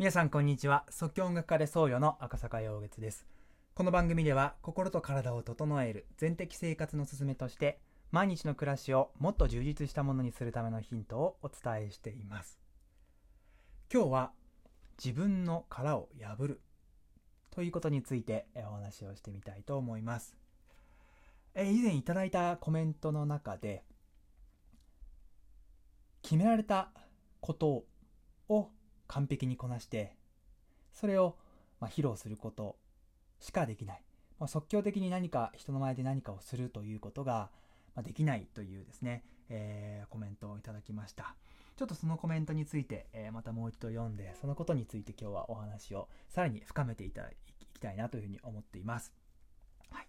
皆さんこんにちは。即興音楽家で僧侶の赤坂陽月です。この番組では心と体を整える全的生活のすすめとして、毎日の暮らしをもっと充実したものにするためのヒントをお伝えしています。今日は自分の殻を破るということについてお話をしてみたいと思います。以前いただいたコメントの中で、決められたことを完璧にこなして、それを披露することしかできない、即興的に何か人の前で何かをするということができないというですね、コメントをいただきました。ちょっとそのコメントについて、またもう一度読んで、そのことについて今日はお話をさらに深めていきたいなというふうに思っています。はい。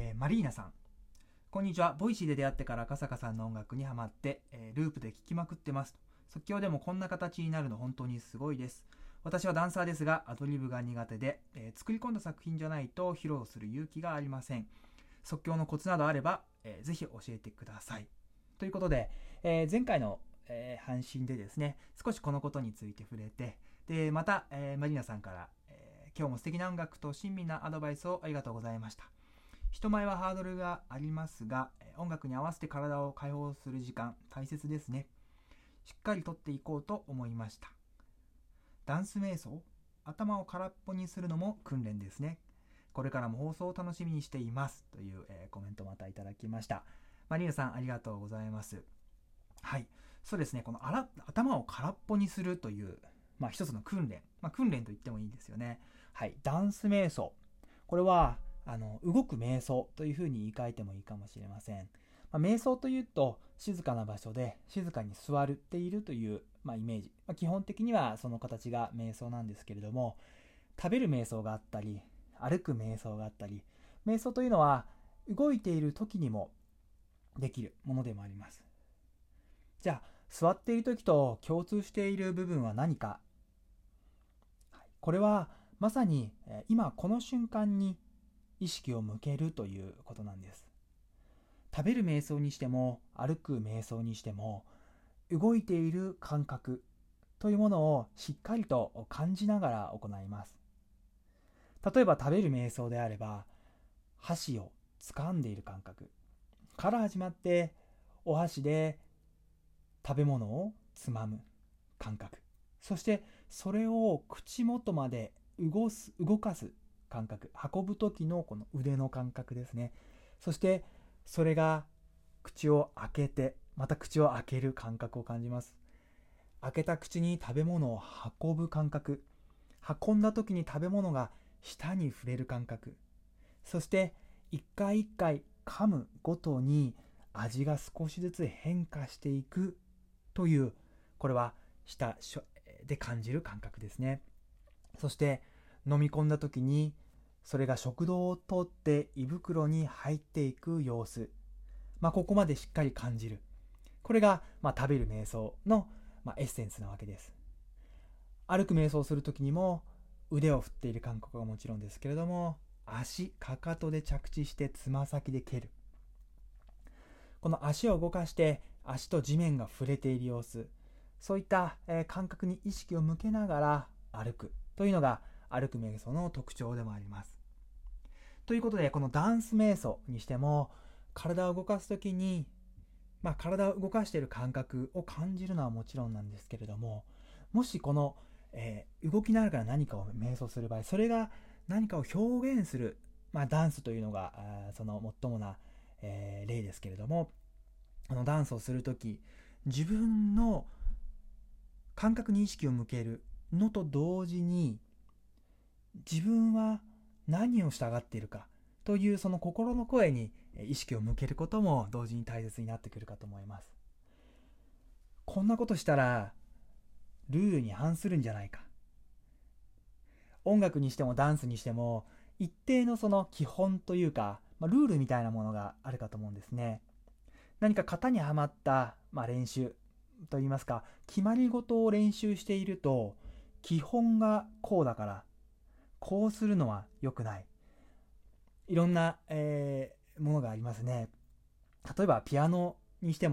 マリーナさん、こんにちは。ボイシーで出会ってから赤坂さんの音楽にハマって、ループで聴きまくってます。即興でもこんな形になるの本当にすごいです。私はダンサーですが、アドリブが苦手で、作り込んだ作品じゃないと披露する勇気がありません。即興のコツなどあれば、ぜひ教えてください。ということで、前回の、配信でですね、少しこのことについて触れて、でまた、マリナさんから、今日も素敵な音楽と親身なアドバイスをありがとうございました。人前はハードルがありますが、音楽に合わせて体を解放する時間大切ですね。しっかりとっていこうと思いました。ダンス瞑想、頭を空っぽにするのも訓練ですね。これからも放送を楽しみにしていますという、コメントまたいただきました。マリーナさんありがとうございます。はい、そうですね。この頭を空っぽにするという、一つの訓練、訓練と言ってもいいですよね。はい、ダンス瞑想、これは動く瞑想というふうに言い換えてもいいかもしれません。瞑想というと静かな場所で静かに座っているという、イメージ、基本的にはその形が瞑想なんですけれども、食べる瞑想があったり歩く瞑想があったり、瞑想というのは動いている時にもできるものでもあります。じゃあ座っている時と共通している部分は何か、これはまさに今この瞬間に意識を向けるということなんです。食べる瞑想にしても歩く瞑想にしても、動いている感覚というものをしっかりと感じながら行います。例えば食べる瞑想であれば、箸を掴んでいる感覚から始まって、お箸で食べ物をつまむ感覚、そしてそれを口元まで動かす感覚、運ぶ時のこの腕の感覚ですね。そしてそれが口を開けて、また口を開ける感覚を感じます。開けた口に食べ物を運ぶ感覚、運んだ時に食べ物が舌に触れる感覚、そして一回一回噛むごとに味が少しずつ変化していくという、これは舌で感じる感覚ですね。そして飲み込んだ時にそれが食道を通って胃袋に入っていく様子、ここまでしっかり感じる。これが、食べる瞑想の、エッセンスなわけです。歩く瞑想をする時にも腕を振っている感覚がもちろんですけれども、かかとで着地してつま先で蹴る。この足を動かして足と地面が触れている様子、そういった、感覚に意識を向けながら歩くというのが歩く瞑想の特徴でもあります。ということで、このダンス瞑想にしても体を動かすときに、体を動かしている感覚を感じるのはもちろんなんですけれども、もしこの、動きながら何かを瞑想する場合、それが何かを表現する、ダンスというのがその最もな、例ですけれども、ダンスをするとき、自分の感覚に意識を向けるのと同時に、自分は何を従っているかというその心の声に意識を向けることも同時に大切になってくるかと思います。こんなことしたらルールに反するんじゃないか。音楽にしてもダンスにしても一定のその基本というか、ルールみたいなものがあるかと思うんですね。何か型にはまった、練習といいますか、決まり事を練習していると、基本がこうだからこうするのは良くない、いろんな、ものがありますね。例えばピアノにしても、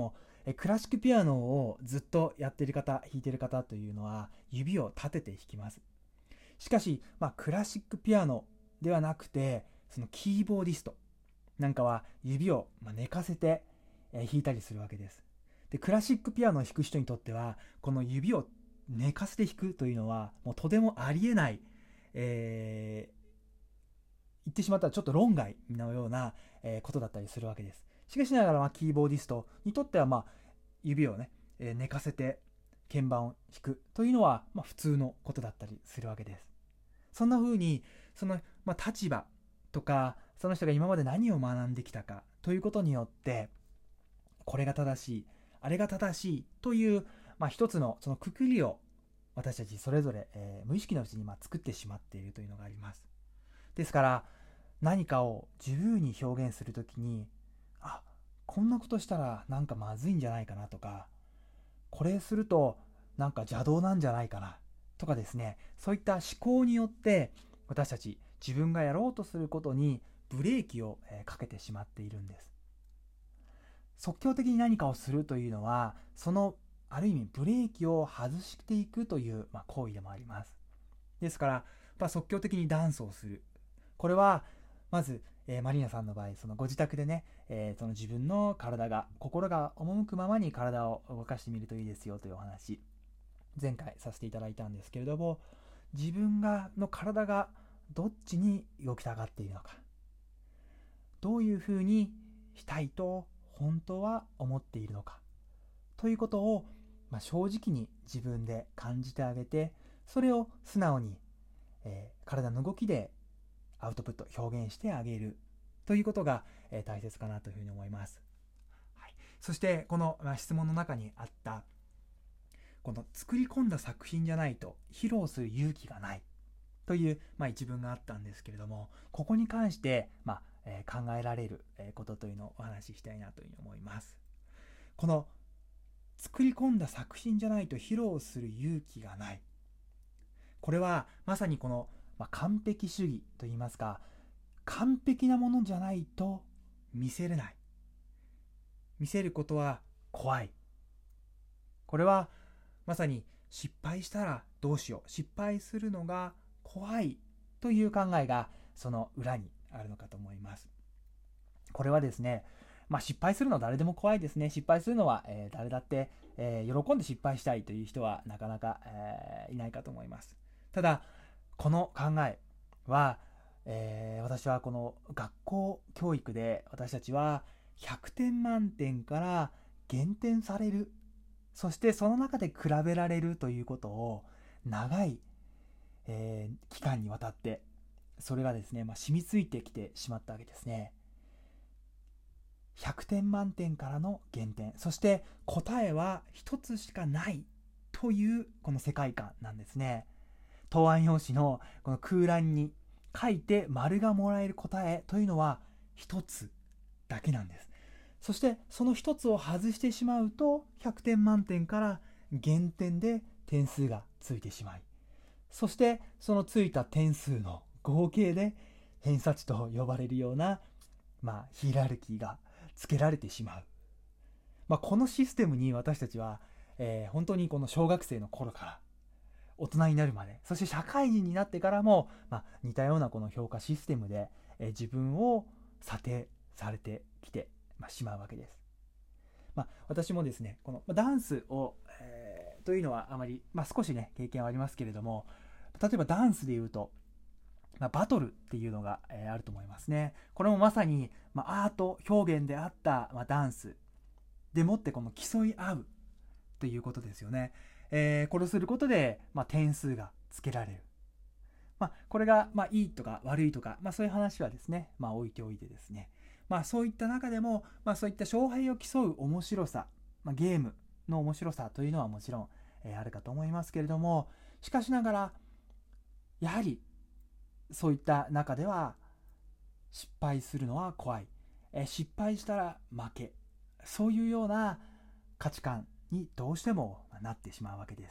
クラシックピアノをずっとやっている方、弾いている方というのは指を立てて弾きます。しかし、クラシックピアノではなくて、そのキーボーディストなんかは指を寝かせて弾いたりするわけです。で、クラシックピアノを弾く人にとっては、この指を寝かせて弾くというのはもうとてもありえない、言ってしまったらちょっと論外のようなことだったりするわけです。しかしながらキーボーディストにとっては指をね、寝かせて鍵盤を弾くというのは普通のことだったりするわけです。そんな風にその立場とか、その人が今まで何を学んできたかということによって、これが正しい、あれが正しいという一つのそのくくりを私たちそれぞれ無意識のうちに作ってしまっているというのがあります。ですから何かを自由に表現するときに、こんなことしたらなんかまずいんじゃないかなとか、これするとなんか邪道なんじゃないかなとかですね、そういった思考によって私たち自分がやろうとすることにブレーキをかけてしまっているんです。即興的に何かをするというのは、そのある意味ブレーキを外していくという行為でもあります。ですから即興的にダンスをする、これはまずマリーナさんの場合、そのご自宅でね、その自分の体が、心が赴くままに体を動かしてみるといいですよというお話、前回させていただいたんですけれども、自分の体がどっちに動きたがっているのか、どういうふうにしたいと本当は思っているのかということを、正直に自分で感じてあげて、それを素直に、体の動きでアウトプット、表現してあげるということが、大切かなというふうに思います。はい、そしてこの、質問の中にあったこの作り込んだ作品じゃないと披露する勇気がないという、一文があったんですけれども、ここに関して、考えられることというのをお話ししたいなというふうに思います。この作り込んだ作品じゃないと披露する勇気がない、これはまさにこの、完璧主義といいますか、完璧なものじゃないと見せれない、見せることは怖い、これはまさに失敗したらどうしよう、失敗するのが怖いという考えがその裏にあるのかと思います。これはですね、失敗するのは誰でも怖いですね。失敗するのは、誰だって、喜んで失敗したいという人はなかなか、いないかと思います。ただこの考えは、私はこの学校教育で私たちは100点満点から減点される、そしてその中で比べられるということを長い、期間にわたってそれがですね、染みついてきてしまったわけですね。100点満点からの減点、そして答えは一つしかないというこの世界観なんですね。答案用紙のこの空欄に書いて丸がもらえる答えというのは一つだけなんです。そしてその一つを外してしまうと100点満点から減点で点数がついてしまい、そしてそのついた点数の合計で偏差値と呼ばれるような、ヒエラルキーがつけられてしまう、このシステムに私たちは、本当にこの小学生の頃から大人になるまで、そして社会人になってからも、似たようなこの評価システムで、自分を査定されてきて、しまうわけです。私もですね、このダンスを、というのはあまり、少しね経験はありますけれども、例えばダンスでいうと、バトルっていうのが、あると思いますね。これもまさに、アート表現であった、ダンスでもってこの競い合うということですよね。これをすることで、点数がつけられる。これが、いいとか悪いとか、そういう話はですね、置いておいてですね、そういった中でも、そういった勝敗を競う面白さ、ゲームの面白さというのはもちろん、あるかと思いますけれども、しかしながらやはりそういった中では失敗するのは怖い、失敗したら負け、そういうような価値観にどうしてもなってしまうわけです。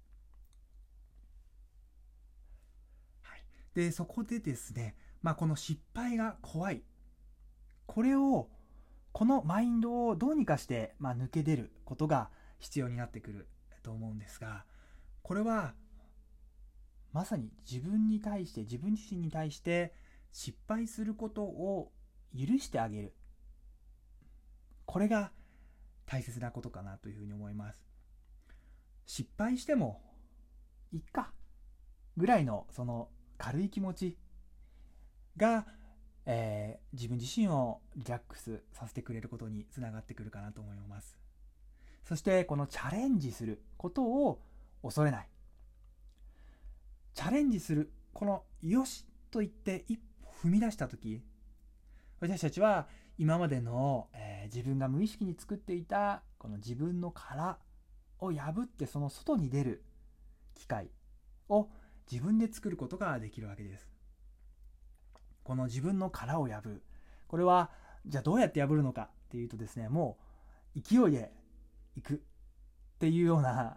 はい、そこでですね、この失敗が怖い、これをこのマインドをどうにかして、抜け出ることが必要になってくると思うんですが、これはまさに自分に対して、自分自身に対して失敗することを許してあげる。これが大切なことかなというふうに思います。失敗してもいっかぐらいのその軽い気持ちが、自分自身をリラックスさせてくれることにつながってくるかなと思います。そしてこのチャレンジすることを恐れない。チャレンジする、このよしと言って一歩踏み出したとき、私たちは今までの、自分が無意識に作っていたこの自分の殻を破ってその外に出る機会を自分で作ることができるわけです。この自分の殻を破る、これはじゃあどうやって破るのかっていうとですね、もう勢いでいくっていうような、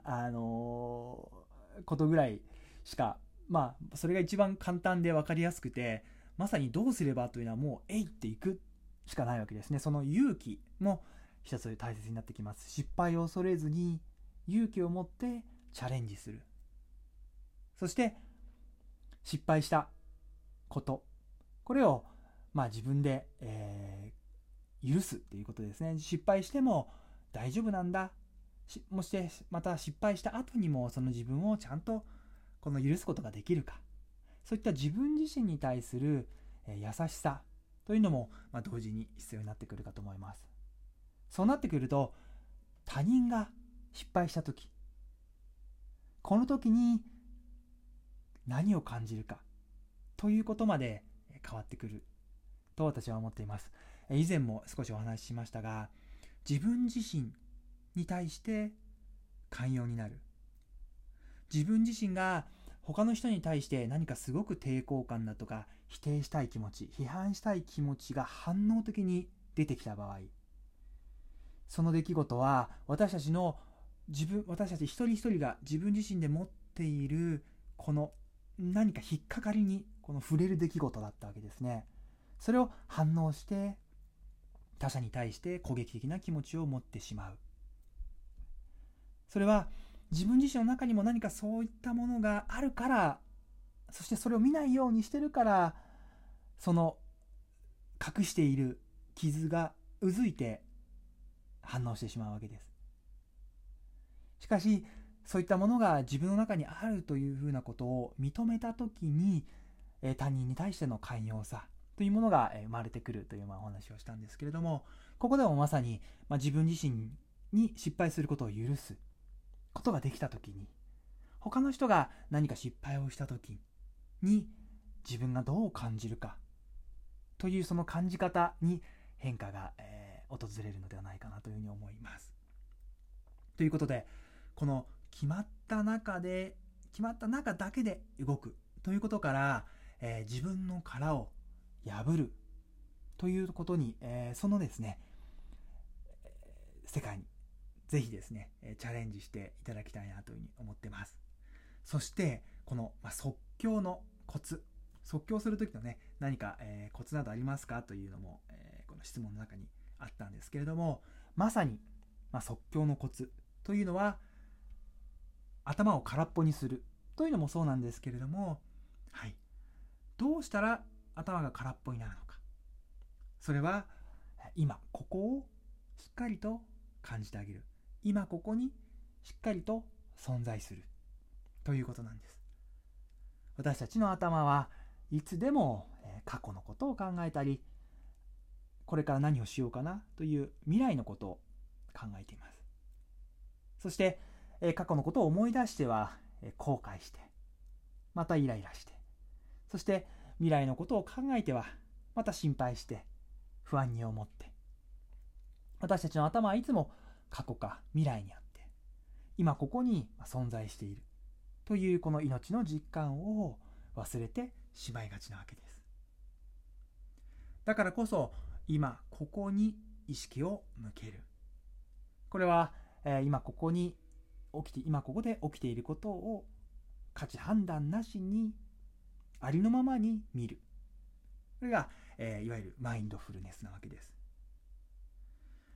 ことぐらいしか、それが一番簡単で分かりやすくて、まさにどうすればというのはもうえいっていくしかないわけですね。その勇気も一つ大切になってきます。失敗を恐れずに勇気を持ってチャレンジする。そして失敗したこと、これを自分で、許すっていうことですね。失敗しても大丈夫なんだ。もしてまた失敗した後にもその自分をちゃんとこの許すことができるか。そういった自分自身に対する優しさというのも同時に必要になってくるかと思います。そうなってくると、他人が失敗した時、この時に何を感じるかということまで変わってくると私は思っています。以前も少しお話ししましたが、自分自身に対して寛容になる。自分自身が他の人に対して何かすごく抵抗感だとか否定したい気持ち、批判したい気持ちが反応的に出てきた場合、その出来事は私たち一人一人が自分自身で持っているこの何か引っかかりにこの触れる出来事だったわけですね。それを反応して他者に対して攻撃的な気持ちを持ってしまう。それは自分自身の中にも何かそういったものがあるから、そしてそれを見ないようにしてるから、その隠している傷がうずいて反応してしまうわけです。しかしそういったものが自分の中にあるというふうなことを認めたときに、他人に対しての寛容さというものが生まれてくるというお話をしたんですけれども、ここでもまさに自分自身に失敗することを許すことができたときに、他の人が何か失敗をしたときに自分がどう感じるかというその感じ方に変化が、訪れるのではないかなというふうに思います。ということで、この決まった中だけで動くということから、自分の殻を破るということに、そのですね、世界にぜひですね、チャレンジしていただきたいなというふうに思ってます。そしてこの、即興のコツ、即興するときのね、何か、コツなどありますかというのも、この質問の中にあったんですけれども、まさに、即興のコツというのは頭を空っぽにするというのもそうなんですけれども、どうしたら頭が空っぽになるのか。それは今ここをしっかりと感じてあげる。今ここにしっかりと存在するということなんです。私たちの頭はいつでも過去のことを考えたり、これから何をしようかなという未来のことを考えています。そして過去のことを思い出しては後悔して、またイライラして、そして未来のことを考えてはまた心配して不安に思って、私たちの頭はいつも過去か未来にあって、今ここに存在しているというこの命の実感を忘れてしまいがちなわけです。だからこそ今ここに意識を向ける。これは今ここで起きていることを価値判断なしにありのままに見る。これが、いわゆるマインドフルネスなわけです。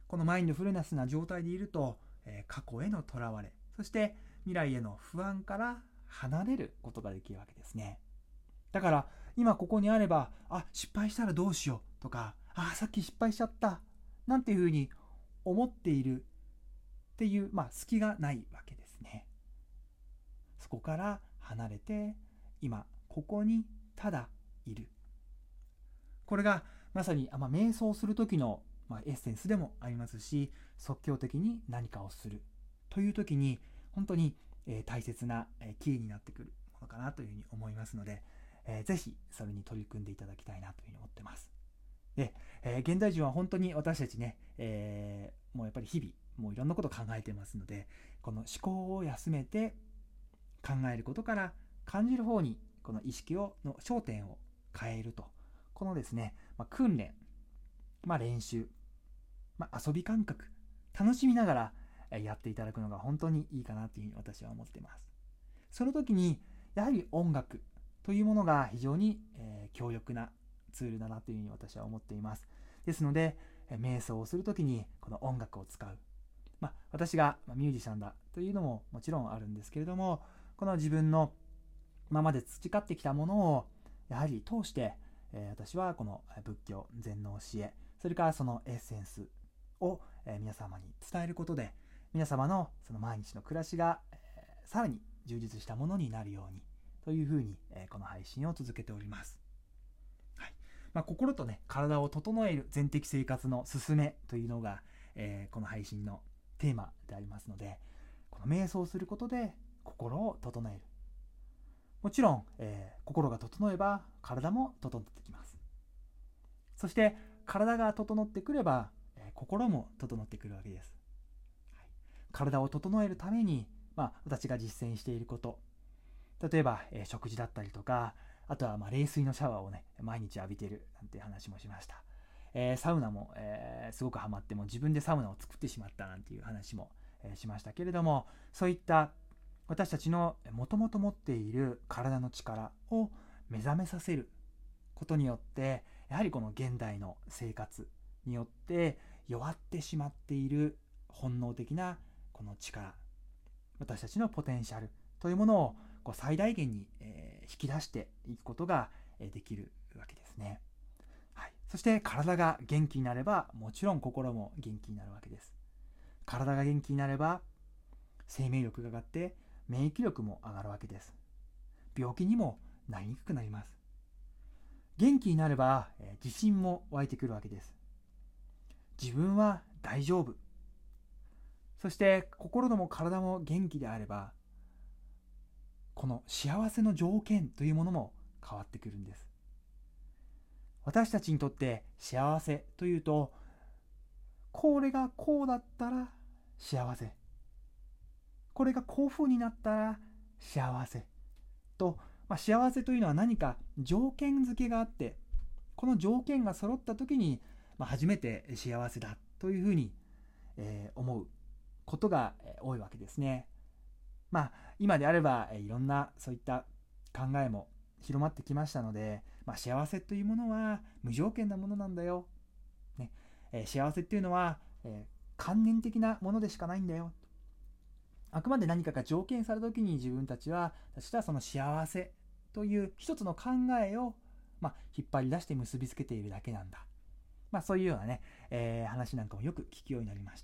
このマインドフルネスな状態でいると、過去へのとらわれ、そして未来への不安から離れることができるわけですね。だから今ここにあれば、失敗したらどうしようとか、さっき失敗しちゃったなんていうふうに思っているっていう、隙がないわけですね。そこから離れて今ここにただいる。これがまさに瞑想する時のエッセンスでもありますし、即興的に何かをするという時に本当に大切なキーになってくるものかなというふうに思いますので、ぜひそれに取り組んでいただきたいなというふうに思ってます。で、現代人は本当に私たちね、もうやっぱり日々もういろんなことを考えてますので、この思考を休めて考えることから感じる方にこの意識の焦点を変えると、このですね、訓練、練習、遊び感覚、楽しみながらやっていただくのが本当にいいかなというふうに私は思っています。その時にやはり音楽というものが非常に強力なツールだなというふうに私は思っています。ですので瞑想をする時にこの音楽を使う、私がミュージシャンだというのももちろんあるんですけれども、この自分の今まで培ってきたものをやはり通して、私はこの仏教禅の教え、それからそのエッセンスを皆様に伝えることで、皆様のその毎日の暮らしがさらに充実したものになるようにというふうにこの配信を続けております。はい。心とね、体を整える全的生活の勧めというのが、この配信のテーマでありますので、この瞑想することで心を整える。もちろん、心が整えば体も整ってきます。そして体が整ってくれば、心も整ってくるわけです。はい、体を整えるために、私が実践していること、例えば、食事だったりとか、あとは冷水のシャワーをね毎日浴びてるなんて話もしました。サウナも、すごくハマっても自分でサウナを作ってしまったなんていう話も、しましたけれども、そういった私たちのもともと持っている体の力を目覚めさせることによって、やはりこの現代の生活によって弱ってしまっている本能的なこの力、私たちのポテンシャルというものを最大限に引き出していくことができるわけですね。はい、そして体が元気になればもちろん心も元気になるわけです。体が元気になれば生命力が上がって免疫力も上がるわけです。病気にもなりにくくなります。元気になれば自信も湧いてくるわけです。自分は大丈夫。そして心も体も元気であれば、この幸せの条件というものも変わってくるんです。私たちにとって幸せというと、これがこうだったら幸せ、これがこういう風になったら幸せと、幸せというのは何か条件付けがあって、この条件が揃った時に、初めて幸せだというふうに、思うことが多いわけですね。今であればいろんなそういった考えも広まってきましたので、幸せというものは無条件なものなんだよ、ね、幸せっていうのは、観念的なものでしかないんだよ。あくまで何かが条件された時に自分たちはその幸せという一つの考えを、引っ張り出して結びつけているだけなんだ。そういうようなね、話なんかもよく聞くようになりました。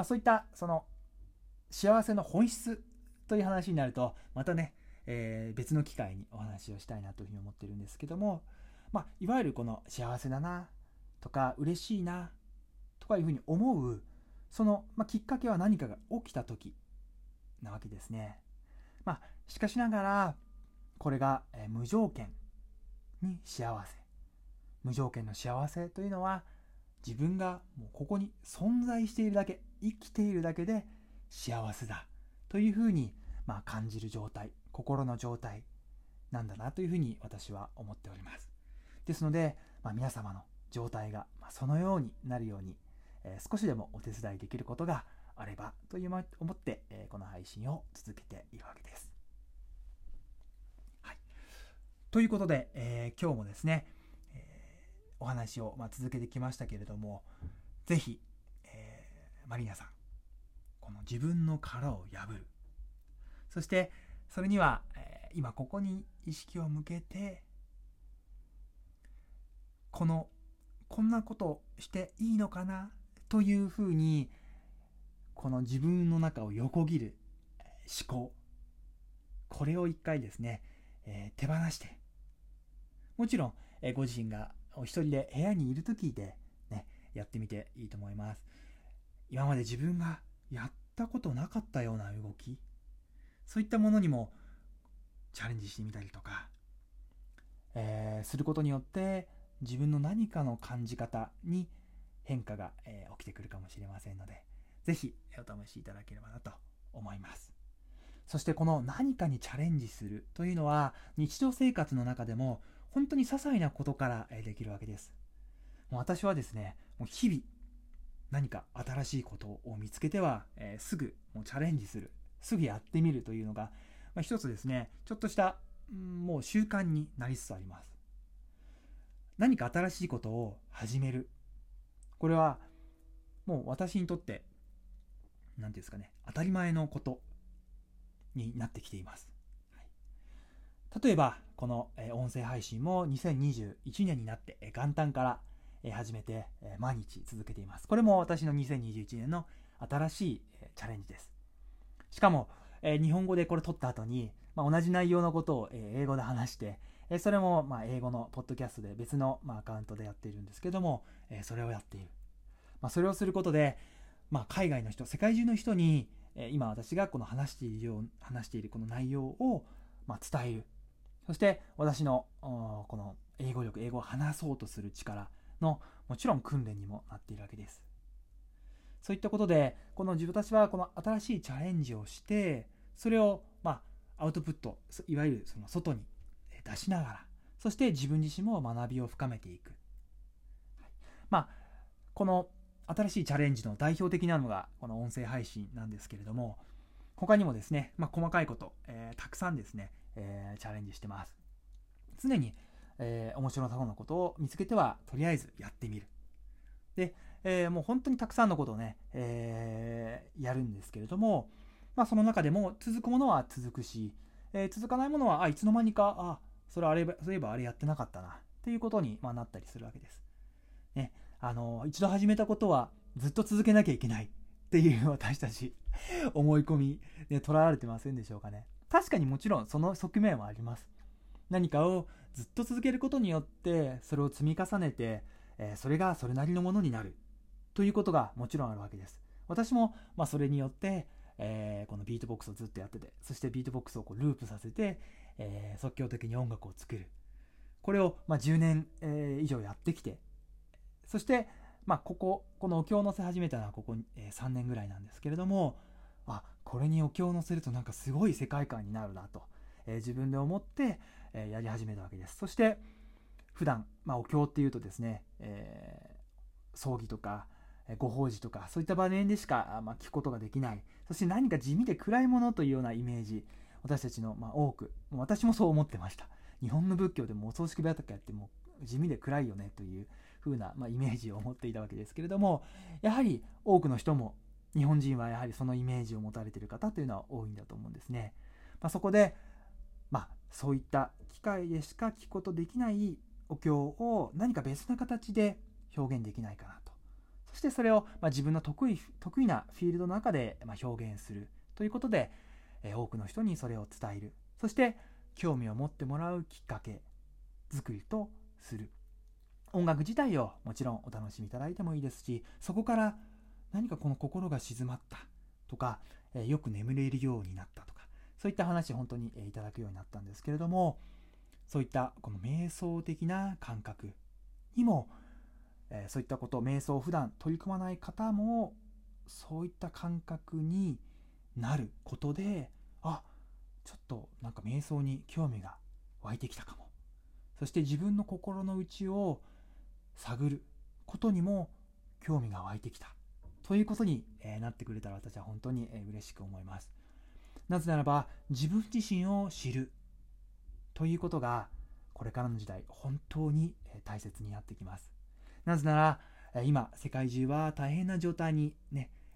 そういったその幸せの本質という話になるとまたね、別の機会にお話をしたいなというふうに思ってるんですけども、いわゆるこの幸せだなとか嬉しいなとかいうふうに思うその、きっかけは何かが起きた時なわけですね。しかしながらこれが、無条件に幸せ、無条件の幸せというのは自分がもうここに存在しているだけ、生きているだけで幸せだというふうに、感じる状態、心の状態なんだなというふうに私は思っております。ですので、皆様の状態がそのようになるように、少しでもお手伝いできることがあればという思って、この配信を続けているわけです。はい、ということで、今日もですね、お話を続けてきましたけれども、ぜひマリナさん、この自分の殻を破る、そしてそれには、今ここに意識を向けて、こんなことをしていいのかなというふうに、この自分の中を横切る思考、これを一回ですね、手放して、もちろん、ご自身がお一人で部屋にいる時で、ね、やってみていいと思います。今まで自分がやったことなかったような動き、そういったものにもチャレンジしてみたりとか、することによって自分の何かの感じ方に変化が、起きてくるかもしれませんので、ぜひお試しいただければなと思います。そしてこの何かにチャレンジするというのは、日常生活の中でも本当に些細なことからできるわけです。もう私はですね、もう日々何か新しいことを見つけては、すぐもうチャレンジする、すぐやってみるというのが、一つですね、ちょっとしたもう習慣になりつつあります。何か新しいことを始める、これはもう私にとって何ていうんですかね、当たり前のことになってきています。例えばこの音声配信も2021年になって元旦から始めて毎日続けています。これも私の2021年の新しいチャレンジです。しかも日本語でこれ撮った後に、同じ内容のことを英語で話して、それも英語のポッドキャストで別のアカウントでやっているんですけども、それをやっている。それをすることで、海外の人、世界中の人に今私がこの話しているこの内容を伝える。そして私のこの英語力、英語を話そうとする力のもちろん訓練にもなっているわけです。そういったことで私はこの新しいチャレンジをして、それをアウトプット、いわゆるその外に出しながら、そして自分自身も学びを深めていく。この新しいチャレンジの代表的なのがこの音声配信なんですけれども、他にもですね、細かいこと、たくさんですね、チャレンジしてます。常に、面白そうなことを見つけてはとりあえずやってみる。で、もう本当にたくさんのことをね、やるんですけれども、その中でも続くものは続くし、続かないものはいつの間にかそういえばあれやってなかったなっていうことになったりするわけです。ね、一度始めたことはずっと続けなきゃいけないっていう私たち思い込みで捉えられてませんでしょうかね。確かにもちろんその側面はあります。何かをずっと続けることによってそれを積み重ねて、それがそれなりのものになるということがもちろんあるわけです。私もそれによって、このビートボックスをずっとやってて、そしてビートボックスをループさせて、即興的に音楽を作る、これを10年、以上やってきて、そしてこのお経を乗せ始めたのはここ、3年ぐらいなんですけれども、これにお経を乗せるとなんかすごい世界観になるなと、自分で思って、やり始めたわけです。そして普段、お経っていうとですね、葬儀とかご法事とかそういった場面でしか、聞くことができない、そして何か地味で暗いものというようなイメージ、私たちの、多く、私もそう思ってました。日本の仏教でもお葬式畑やっても地味で暗いよねという風な、イメージを持っていたわけですけれども、やはり多くの人も、日本人はやはりそのイメージを持たれている方というのは多いんだと思うんですね。そこで、そういった機会でしか聞くことできないお経を何か別な形で表現できないかなと。そしてそれを自分の得意なフィールドの中で表現するということで、多くの人にそれを伝える。そして興味を持ってもらうきっかけ作りとする。音楽自体をもちろんお楽しみいただいてもいいですし、そこから何かこの心が静まったとか、よく眠れるようになったとか、そういった話本当にいただくようになったんですけれども、そういったこの瞑想的な感覚にも、そういったことを瞑想を普段取り組まない方もそういった感覚になることで、ちょっとなんか瞑想に興味が湧いてきたかも、そして自分の心の内を探ることにも興味が湧いてきたということになってくれたら、私は本当に嬉しく思います。なぜならば自分自身を知るということがこれからの時代本当に大切になってきます。なぜなら今世界中は大変な状態にね、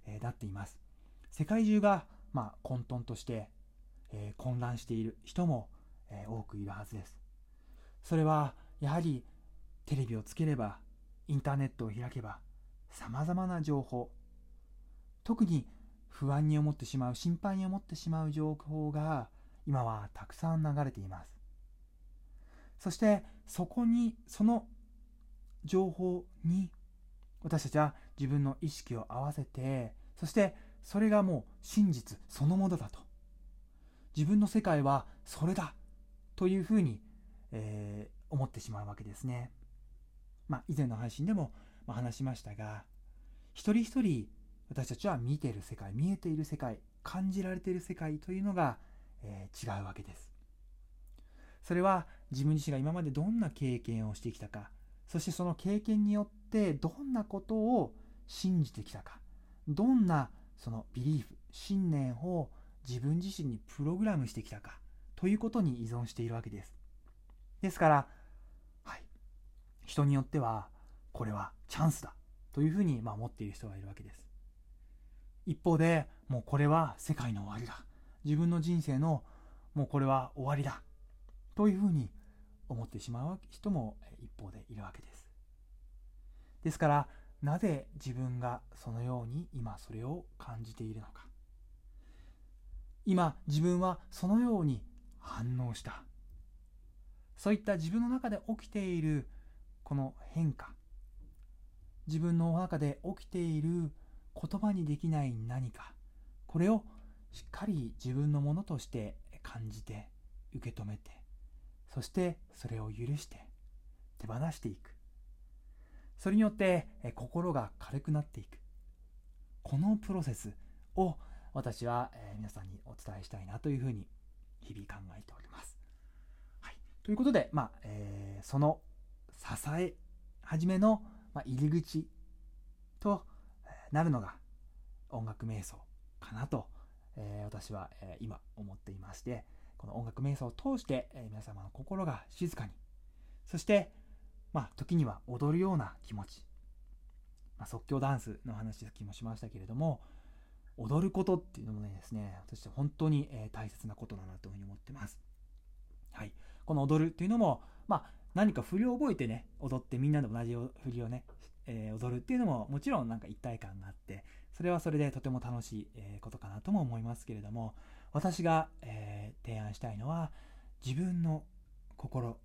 なっています。世界中が、混沌として、混乱している人も、多くいるはずです。それはやはりテレビをつければ、インターネットを開けば、さまざまな情報、特に不安に思ってしまう、心配に思ってしまう情報が今はたくさん流れています。そしてその情報に私たちは自分の意識を合わせて、そしてそれがもう真実そのものだと、自分の世界はそれだというふうに、思ってしまうわけですね。以前の配信でも話しましたが、一人一人私たちは見ている世界、見えている世界、感じられている世界というのが、違うわけです。それは自分自身が今までどんな経験をしてきたか、そしてその経験によってどんなことを信じてきたか、どんなそのビリーフ、信念を自分自身にプログラムしてきたかということに依存しているわけです。ですから、人によってはこれはチャンスだというふうに思っている人がいるわけです。一方で、もうこれは世界の終わりだ、自分の人生のもうこれは終わりだというふうに思ってしまう人も一方でいるわけです。ですから、なぜ自分がそのように今それを感じているのか、今自分はそのように反応した、そういった自分の中で起きているこの変化、自分の中で起きている言葉にできない何か、これをしっかり自分のものとして感じて受け止めて、そしてそれを許して手放していく。それによって心が軽くなっていく、このプロセスを私は皆さんにお伝えしたいなというふうに日々考えております。ということで、その支え始めの入り口となるのが音楽瞑想かなと、私は今思っていまして、この音楽瞑想を通して皆様の心が静かに、そして時には踊るような気持ち、即興ダンスの話さっきもしましたけれども、踊ることっていうのもですね、私は本当に大切なことだなというふうに思ってます。この踊るっていうのも、何か振りを覚えてね、踊ってみんなで同じ振りをね、踊るっていうのももちろんなんか一体感があって、それはそれでとても楽しいことかなとも思いますけれども、私が提案したいのは、自分の心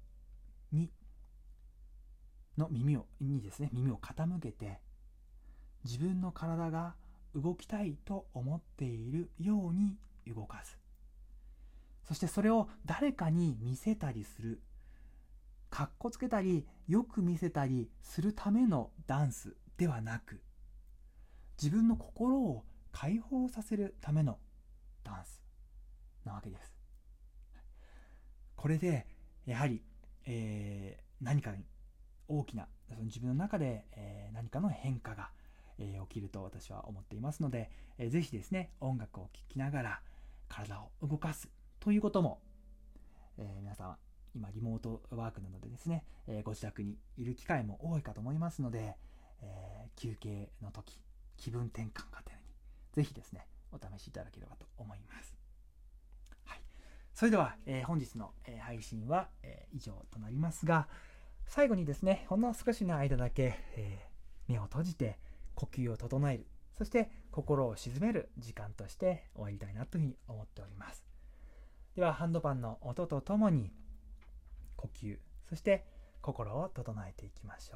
にですね、耳を傾けて、自分の体が動きたいと思っているように動かす。そしてそれを誰かに見せたりする、かっこつけたりよく見せたりするためのダンスではなく、自分の心を解放させるためのダンスなわけです。これでやはり、何か大きなその自分の中で、何かの変化が、起きると私は思っていますので、ぜひですね、音楽を聴きながら体を動かすということも、皆さん今リモートワークなのでですね、ご自宅にいる機会も多いかと思いますので、休憩の時、気分転換がてらにぜひですね、お試しいただければと思います。それでは、本日の、配信は、以上となりますが、最後にですね、ほんの少しの間だけ、目を閉じて呼吸を整える、そして心を静める時間として終わりたいなというふうに思っております。ではハンドパンの音とともに呼吸、そして心を整えていきましょ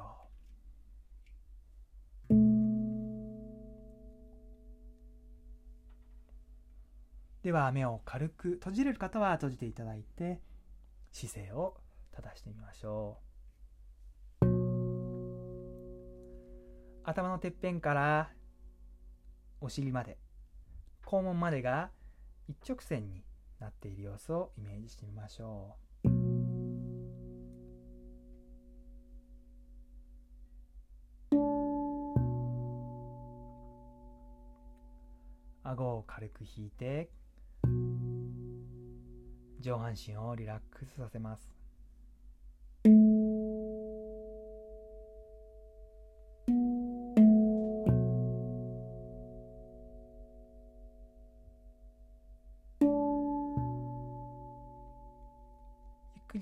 う。では目を軽く閉じれる方は閉じていただいて、姿勢を正してみましょう。頭のてっぺんからお尻まで、肛門までが一直線になっている様子をイメージしてみましょう。顎を軽く引いて、上半身をリラックスさせます。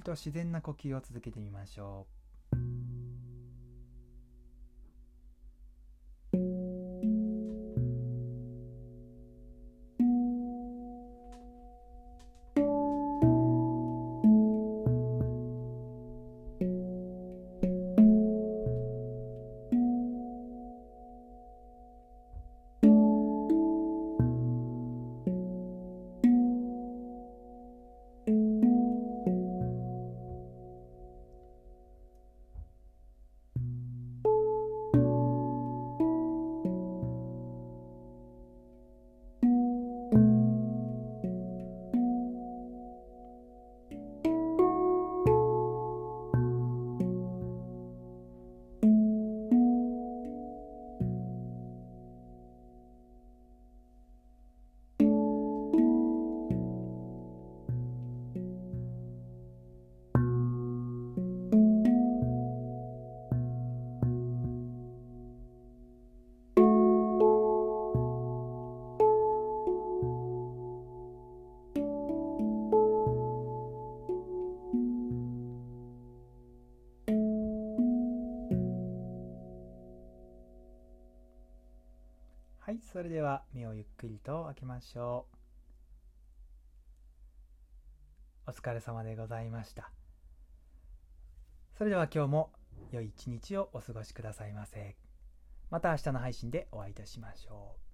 りと自然な呼吸を続けてみましょう。はい、それでは目をゆっくりと開けましょう。お疲れ様でございました。それでは今日も良い一日をお過ごしくださいませ。また明日の配信でお会いいたしましょう。